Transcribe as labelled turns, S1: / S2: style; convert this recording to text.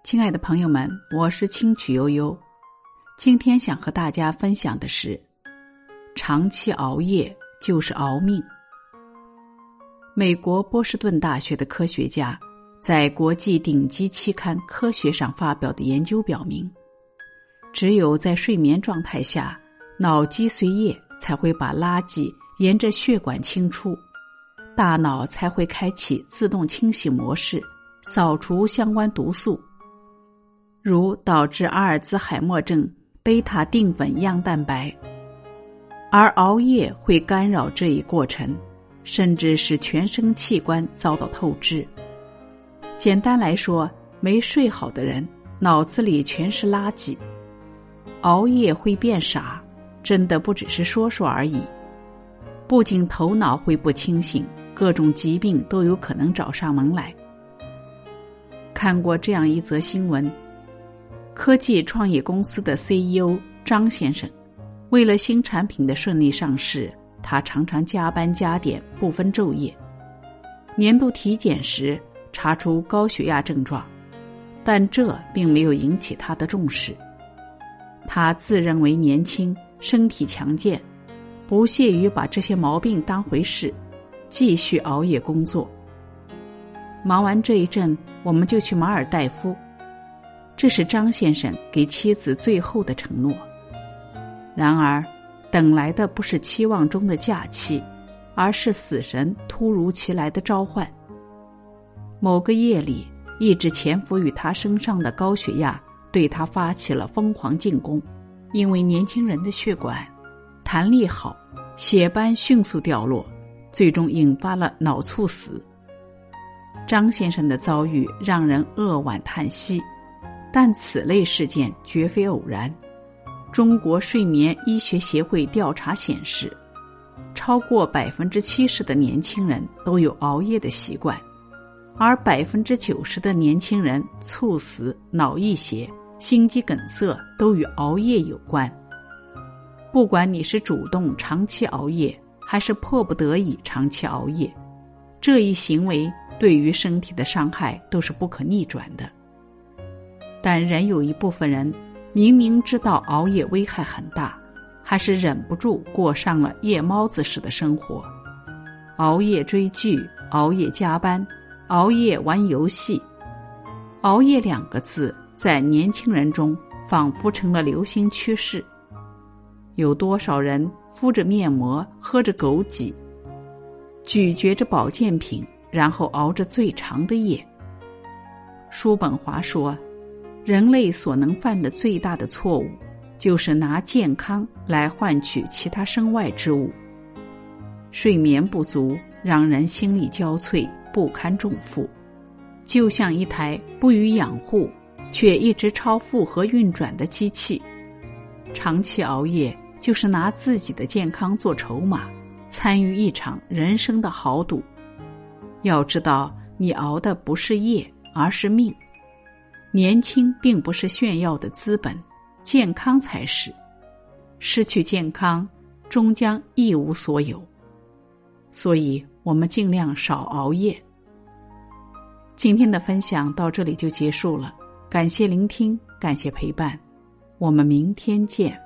S1: 亲爱的朋友们，我是清曲悠悠。今天想和大家分享的是，长期熬夜就是熬命。美国波士顿大学的科学家在国际顶级期刊《科学》上发表的研究表明，只有在睡眠状态下，脑脊髓液才会把垃圾沿着血管清出，大脑才会开启自动清洗模式，扫除相关毒素，如导致阿尔兹海默症贝塔淀粉样蛋白。而熬夜会干扰这一过程，甚至使全身器官遭到透支。简单来说，没睡好的人脑子里全是垃圾。熬夜会变傻，真的不只是说说而已。不仅头脑会不清醒，各种疾病都有可能找上门来。看过这样一则新闻，科技创业公司的 CEO 张先生，为了新产品的顺利上市，他常常加班加点，不分昼夜。年度体检时查出高血压症状，但这并没有引起他的重视。他自认为年轻，身体强健，不屑于把这些毛病当回事，继续熬夜工作。忙完这一阵，我们就去马尔代夫。这是张先生给妻子最后的承诺。然而，等来的不是期望中的假期，而是死神突如其来的召唤。某个夜里，一直潜伏于他身上的高血压对他发起了疯狂进攻。因为年轻人的血管弹力好，血斑迅速掉落，最终引发了脑猝死。张先生的遭遇让人扼腕叹息，但此类事件绝非偶然。中国睡眠医学协会调查显示，超过 70% 的年轻人都有熬夜的习惯，而 90% 的年轻人猝死、脑溢血、心肌梗塞都与熬夜有关。不管你是主动长期熬夜，还是迫不得已长期熬夜，这一行为对于身体的伤害都是不可逆转的。但仍有一部分人明明知道熬夜危害很大，还是忍不住过上了夜猫子式的生活。熬夜追剧，熬夜加班，熬夜玩游戏。熬夜2个字在年轻人中仿佛成了流行趋势。有多少人敷着面膜，喝着枸杞，咀嚼着保健品，然后熬着最长的夜。叔本华说，人类所能犯的最大的错误，就是拿健康来换取其他身外之物。睡眠不足让人心力交瘁，不堪重负，就像一台不予养护却一直超负荷运转的机器。长期熬夜就是拿自己的健康做筹码，参与一场人生的豪赌。要知道，你熬的不是夜，而是命。年轻并不是炫耀的资本，健康才是。失去健康，终将一无所有。所以，我们尽量少熬夜。今天的分享到这里就结束了，感谢聆听，感谢陪伴，我们明天见。